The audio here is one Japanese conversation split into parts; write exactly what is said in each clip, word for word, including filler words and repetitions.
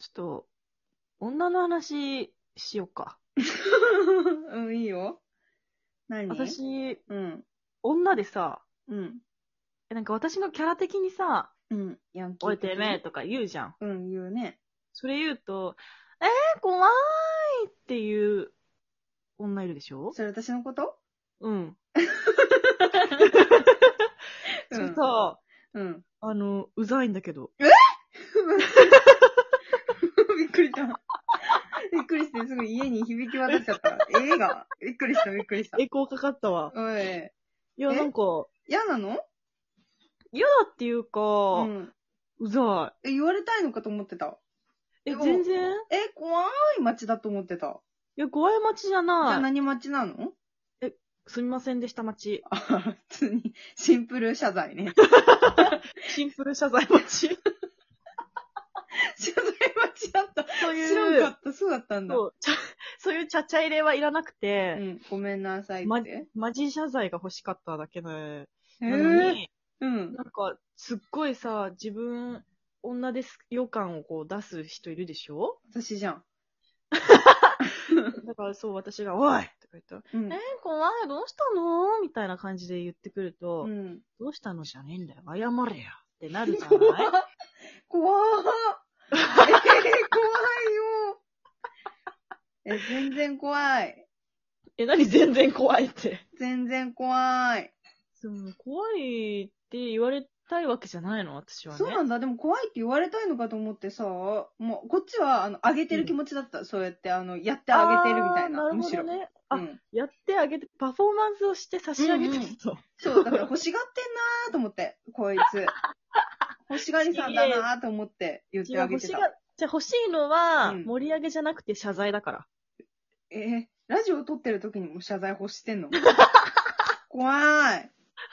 ちょっと、女の話しようか。 うん、いいよ。何？ 私、 うん。 女でさ、 うん。 えなんか私のキャラ的にさ、 うん。ヤンキおいー的てめえとか言うじゃん。 うん、言うね。 それ言うと、えー、怖いっていう女いるでしょ？ それ私のこと？ うん。それうん。 さ、 うん。 あの、うざいんだけど。 びっくりした。びっくりしてすぐ家に響き渡っちゃった。映画びっくりした、びっくりした。 エコーかかったわ。 おい。 いや、 えなんか、 嫌なの？ 嫌だっていうか、 うん。 うざえ、言われたいのかと思ってた。 い。え、 でも全然え、怖い街だと思ってた。 いや、怖い街じゃじゃあない。 何街なの？ すみませんでした、街。 あ、普通にシンプル謝罪ね。 シンプル謝罪街。 謝罪待ちだった。 そういう知らんかった。そうだったんだ。 そう、ちゃそういうちゃちゃ入れはいらなくうて、 ん。ごめんなさいっま、 て。 マジ謝罪が欲しかっただけで、 へなのえ。 に、 うん。 なんか、すっごいさ、自分、女です予感をこう出す人いるでしょ？ 私じゃん。 だからそう、私が、おいとか言ったら、 うんえー、怖い、どうしたのみたいな感じで言ってくると、 うん。 どうしたのじゃねえんだよ、謝れよってなるじゃない怖ー。えー、怖いよ。え、全然怖い。 え、何全然怖いって。 全然怖い。 そう、怖いって言われたいわけじゃないの、私はね。 そうなんだ。でも怖いって言われたいのかと思ってさ、もう、こっちは、あの、あげてる気持ちだった。そうやって、あの、やってあげてるみたいな。 あー、なるむしろ。 ほどね。あ、 うんやってあげて、パフォーマンスをして差し上げてると。 そう、だから欲しがってんなーと思って、こいつ。欲しがりさんだなーと思って言ってあげてた。 違う欲しが、じゃあ欲しいのは、 うん盛り上げじゃなくて謝罪だから。 えー、ラジオ撮ってる時にも謝罪欲してんの？怖い。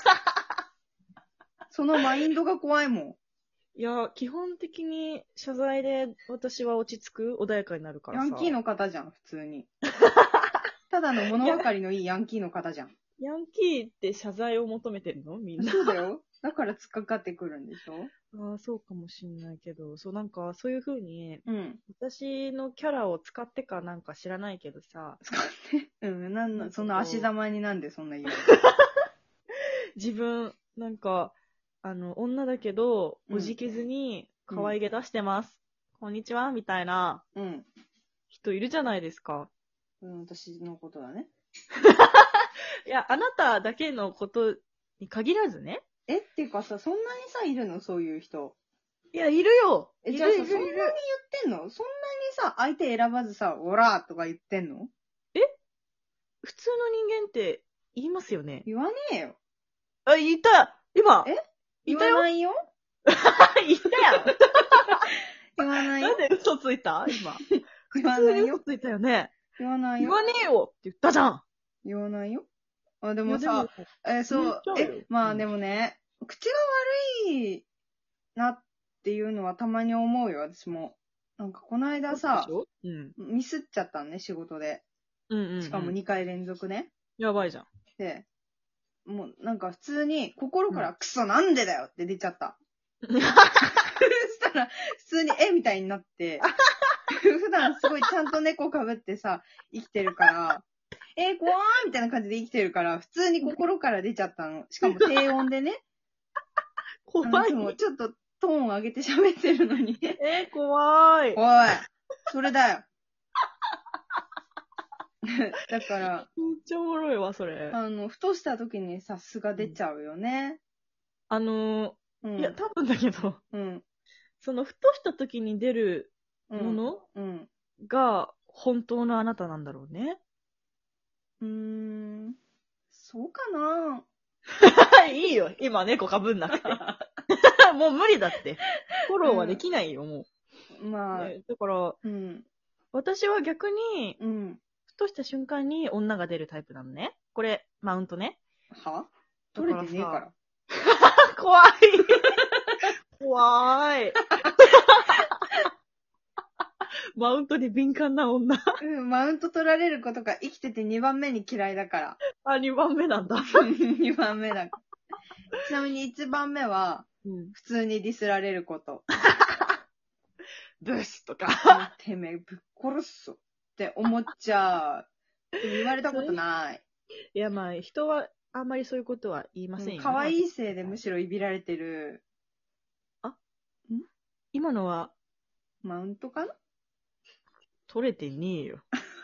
そのマインドが怖いもん。 いや、基本的に謝罪で私は落ち着く、穏やかになるからさ。 ヤンキーの方じゃん、普通に。ただの物分かりのいいヤンキーの方じゃん。 ヤンキーって謝罪を求めてるのみんな。 そうだよ。だから突っかかってくるんでしょ？ ああ、そうかもしんないけど、そうなんか、そういう風に、 うん。 私のキャラを使ってかなんか知らないけどさ、 使ってうん、なんな、その足ざまになんでそんな言う自分、なんか、あの、女だけど、 うんおじけずに、可愛げ出してます。こんにちは、みたいなの？うん。 人いるじゃないですか。 うん、私のことだね。 いや、あなただけのことに限らずね。 え、っていうかさ、そんなにさ、いるのそういう人。 いや、いるよ。 え、 いじゃあさ、 るいそんなに言っるいる。 てんの？そんなにさ、相手選ばずさ、オラーとか言ってんの？ 普通の人間って言いますよね。 言わねえよ。 あ、いた今えいたよ言わないよ。 いたやん言わないよ。 なんで嘘ついた今。 言わないよ普通に嘘。ついたよね。 言わないよ。 言わねえよって言ったじゃん。 言わないよ。あ、でもいやさ、え、そう言っちゃ、うよえ、まうんあでもね、口が悪いなっていうのはたまに思うよ、私も。なんかこの間さそうでしょうん。 ミスっちゃったのね、仕事で。 うんうん、うん。 しかもにかい連続ね。 やばいじゃん。 で、もうなんか普通に心からクソなんでだよって出ちゃった。そしたら普通に絵みたいになって、普段すごいちゃんと猫かぶってさ、生きてるから、えー、怖ーみたいな感じで生きてるから、普通に心から出ちゃったの。しかも低音でね。 怖い。 もうちょっとトーン上げて喋ってるのに。 えー、怖い。 おい、それだよ。だから、 めっちゃおもろいわ、それ。 あの、ふとした時にさすが出ちゃうよね。 あのー、 うん。 いや、多分だけど、 うん。 その、ふとした時に出るうん。 ものうん。 が、本当のあなたなんだろうね。 うーん。そうかな？ いいよ、今猫かぶんなくて。もう無理だって。フォローはできないよ、もまう。 あ、 ねだから、 うん。 私は逆に、 うん。 ふとした瞬間に女が出るタイプなのね。これ、マウントね。 は取れてねえから。 怖い怖いマウントに敏感な女。 うん、マウント取られることが生きててにばんめに嫌いだから。 あ、にばんめなんだ。 にばんめだ。ちなみにいちばんめは、 うん。 普通にディスられること。 ブブスとか。 てめえぶっ殺すぞって思っちゃう。でも言われたことない。 いや、まあ、人はあんまりそういうことは言いませんよ、ね。 可愛いせいでむしろいびられてる。 あん今のは、 マウントかな取れてねえよ。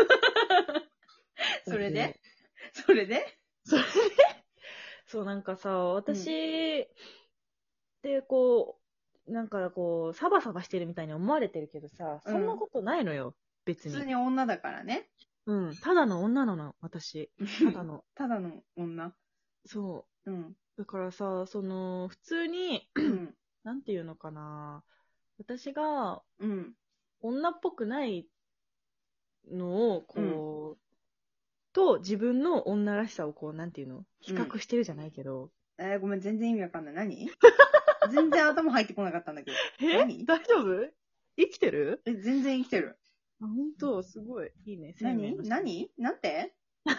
それでそれでそれでそう、なんかさ、私、で、こう、なんかこう、サバサバしてるみたいに思われてるけどさ、そんなことないのよ、別に。 普通に女だからね。 うん、ただの女なの、私。ただの。 ただの女。 そうん。 う。だからさ、その、普通に、 うん。 なんていうのかな。私が、 うん。 女っぽくないのを、こう、と自分の女らしさをこう、なんていうの比較してるじゃないけど。 えーごめん、全然意味わかんない。何全然頭入ってこなかったんだけど。 え何大丈夫生きてるえ、全然生きてる。 あ、ほんとすごい。いいね。生命何の人何なんて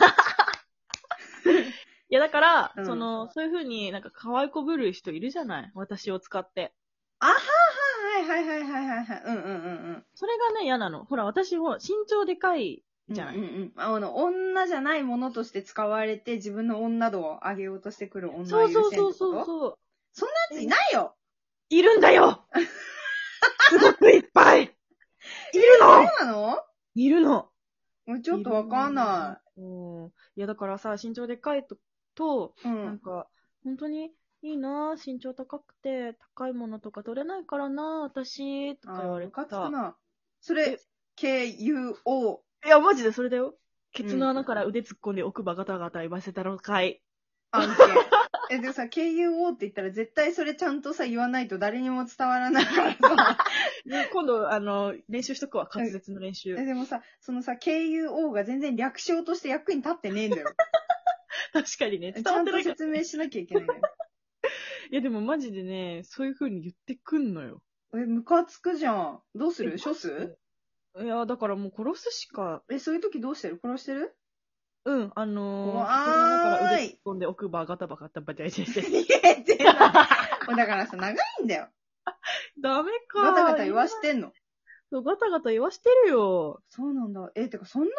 いや、だから、 うんその、そういう風になんか可愛こぶる人いるじゃない私を使って。 あははいはいはいはいはいはい。うんうんうんうん。 それがね、嫌なの。ほら、私も身長でかいじゃない、 うんうんうん。あの、女じゃないものとして使われて、自分の女度を上げようとしてくる女そうを許せんってことそうそうそうそう。 そんなやついないよいるんだよすごくいっぱいいるそうのなのいるのもうちょっとわかんなうん。いや、だからさ、身長でかいと、と、 い。うん。 なんか、本当にいいな身長高くて、高いものとか取れないからな私、とか言あー、 われてムカつくさ。 な。それえ、 ケーユーオー。 いや、マジでそれだよ。ケツの穴から腕突っ込んで奥歯ガタガタ言わせたのかい。 案件。え、でもさ、ケーユーオー って言ったら絶対それちゃんとさ、言わないと誰にも伝わらないからさ。 で今度、あの、練習しとくわ、滑舌の練習。 え、でもさ、そのさ、ケーユーオー が全然略称として役に立ってねえんだよ。 確かにね、伝ちゃんとわってないから。 説明しなきゃいけないんだよ。 いや、でもマジでね、そういう風に言ってくんのよ。 え、ムカつくじゃん。どうすえる処すいや、だからもう殺すしか。 え、そういう時どうしてる殺してるうん、あのー、 わケツの穴から腕ーい。 突っ込んで奥歯ガタバガタバタバタして。 言えてない。だからさ、長いんだよ。 ダメか。 ガタガタ言わしてんの。 そうガタガタ言わしてるよ。 そうなんだ。え、てか、そんな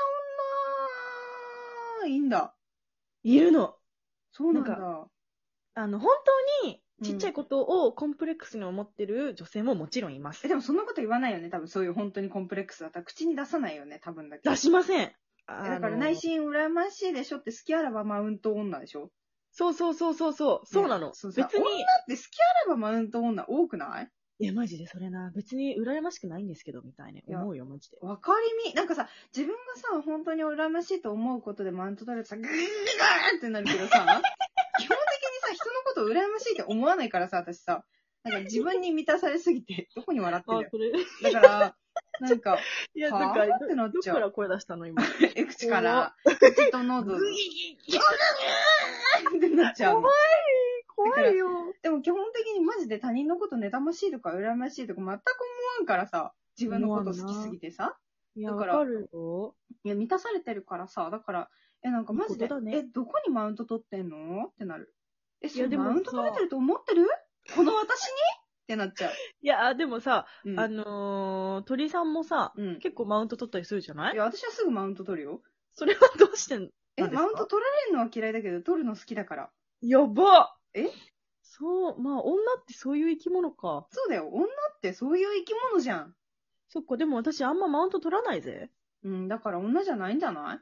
女、いいんだ。 いるの。 そうなんだ。 なんあの、本当にちっちゃいことをコンプレックスに思ってる女性ももちろんいます。 え、でもそんなこと言わないよね。多分そういう本当にコンプレックスだったら口に出さないよね。多分だけど。 出しません。 えだから内心羨ましいでしょって好きあらばマウント女でしょそうそうそうそうそう。そうなの。 ねそうさ別に。 女って好きあらばマウント女多くないいや、マジでそれな。別に羨ましくないんですけど、みたいにいや思うよ、マジで。 わかりみ、なんかさ、自分がさ、本当に羨ましいと思うことでマウント取れてさ、グーグーってなるけどさ、基本的にさ、人のこと羨ましいって思わないからさ、私さ、なんか自分に満たされすぎて、どこに笑ってんだよ。 それ。 だから、なんか、 いや、 はぁだから、 ってなっちゃうどっから声出したの、今。 え、口から、口と喉、 ググイーってなっちゃうの。 怖い、怖いよ。 でも基本的にマジで他人のこと妬ましいとか羨ましいとか全く思わんからさ、自分のこと好きすぎてさ。 いや、 だからわかるよ。 いや、満たされてるからさ、だから、え、なんかマジで、 いいことだねえ、どこにマウント取ってんのってなる。え、それいやでもさマウント取れてると思ってるこの私にってなっちゃう。 いや、でもさ、 うんあのー、鳥さんもさ、 うん結構マウント取ったりするじゃないいや、私はすぐマウント取るよ。 それはどうしてんえ、 なんですかマウント取られるのは嫌いだけど、取るの好きだから。 やばえそう、まあ、女ってそういう生き物か。 そうだよ。女ってそういう生き物じゃん。 そっか、でも私あんまマウント取らないぜ。 うん、だから女じゃないんじゃない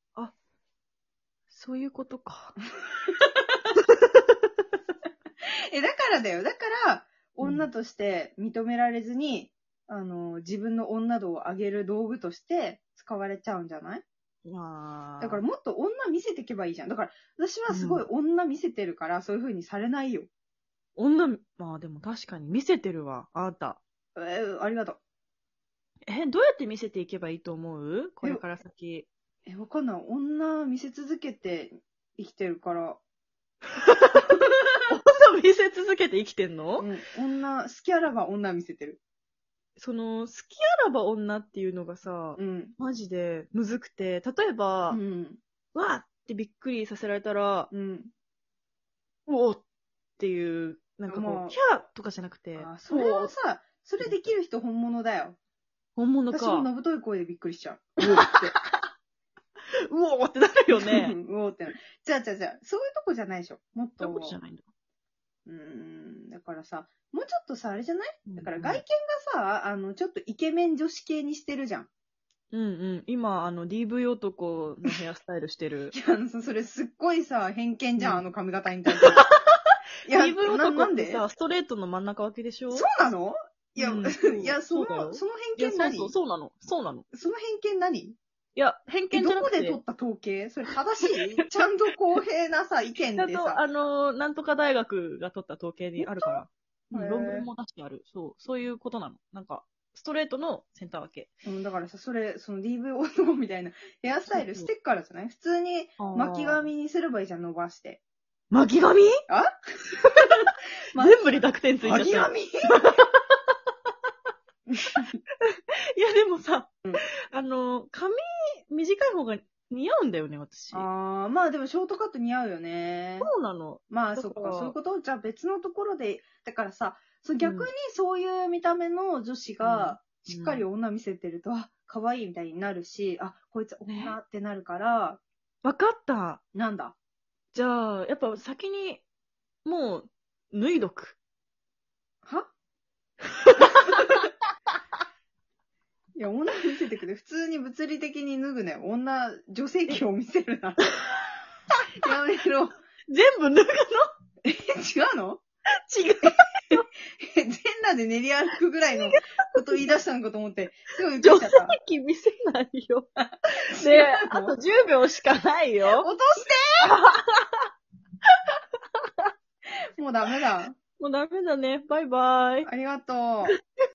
そういうことか。 え、だからだよ。だから、 うん女として認められずに、あの、自分の女度を上げる道具として使われちゃうんじゃないまあ。 だからもっと女見せていけばいいじゃん。だから私はすごい女見せてるから、そういう風にされないよ。 女、まあでも確かに見せてるわ、あなた。 えーありがとう。 え、どうやって見せていけばいいと思うこれから先。 え、わかんない。女見せ続けて生きてるから。 女見せ続けて生きてんの、 うん。女、好きあらば女見せてる。 その、好きあらば女っていうのがさ、 うん。 マジでむずくて、例えば、 うん。 わーってびっくりさせられたら、 うん。 うおーっていう、なんかこまあう、キャーとかじゃなくて、 あ、それはさ、それできる人本物だよ。 本物私もか。 のぶとい声でびっくりしちゃう。うおーって。 うおーってなるよね。 うおーってなる。じゃあじゃあじゃあ、そういうとこじゃないでしょ。もっと。 どこじゃないんだ。 うーん、だからさ、もうちょっとさ、あれじゃないだからうん外見がさ、あの、ちょっとイケメン女子系にしてるじゃん。 うんうん。今、あの、ディーブイ 男のヘアスタイルしてる。 いや、あのさ、それすっごいさ、偏見じゃん、 うんあの髪型に対して。いや、 ディーブイな男なんでってさ、ストレートの真ん中分けでしょ？ そうなのいや、 うんいや、その、 そうだよそのいや、 偏見何そうそう、そうなの。そうなの。 その偏見何いや、偏え、ど見じゃなくて。 こで取った統計それ正しいちゃんと公平なさ、意見ちゃんと、 でさ。 あの、なんとか大学が取った統計にあるから。うん、 へー論文も出してある。そう、そういうことなの。なんか、ストレートのセンター分け。 うん、だからさ、それ、その ディーブイ 男みたいなヘアスタイルしてっからじゃない普通に巻き髪にすればいいじゃん、伸ばして。 巻き髪あ全部に濁点ついちゃった。 巻き髪いや、でもさ、 うんあの、髪短い方が似合うんだよね、私。 あー、まあでもショートカット似合うよね。 そうなの。 まあだからそっか、そういうことじゃあ別のところで、だからさ、そう逆にそういう見た目の女子がうんしっかり女見せてると、あ、可愛いみたいになるし、あ、こいつ女ってなるから、 わかった。 なんだじゃあ、やっぱ先に、もう、脱いどく。 はいや、女見せてくれ。普通に物理的に脱ぐね。女、女性器を見せるな。やめろ。 全部脱ぐえ、違うのの違う。 え全裸で練り歩くぐらいのこと言い出したのかと思って、すごいびっくりしちゃった。 気見せないよ。で、 違うあのとじゅうびょうしかないよ。 落としてもうダメだ。 もうダメだね。バイバイ。 ありがとう。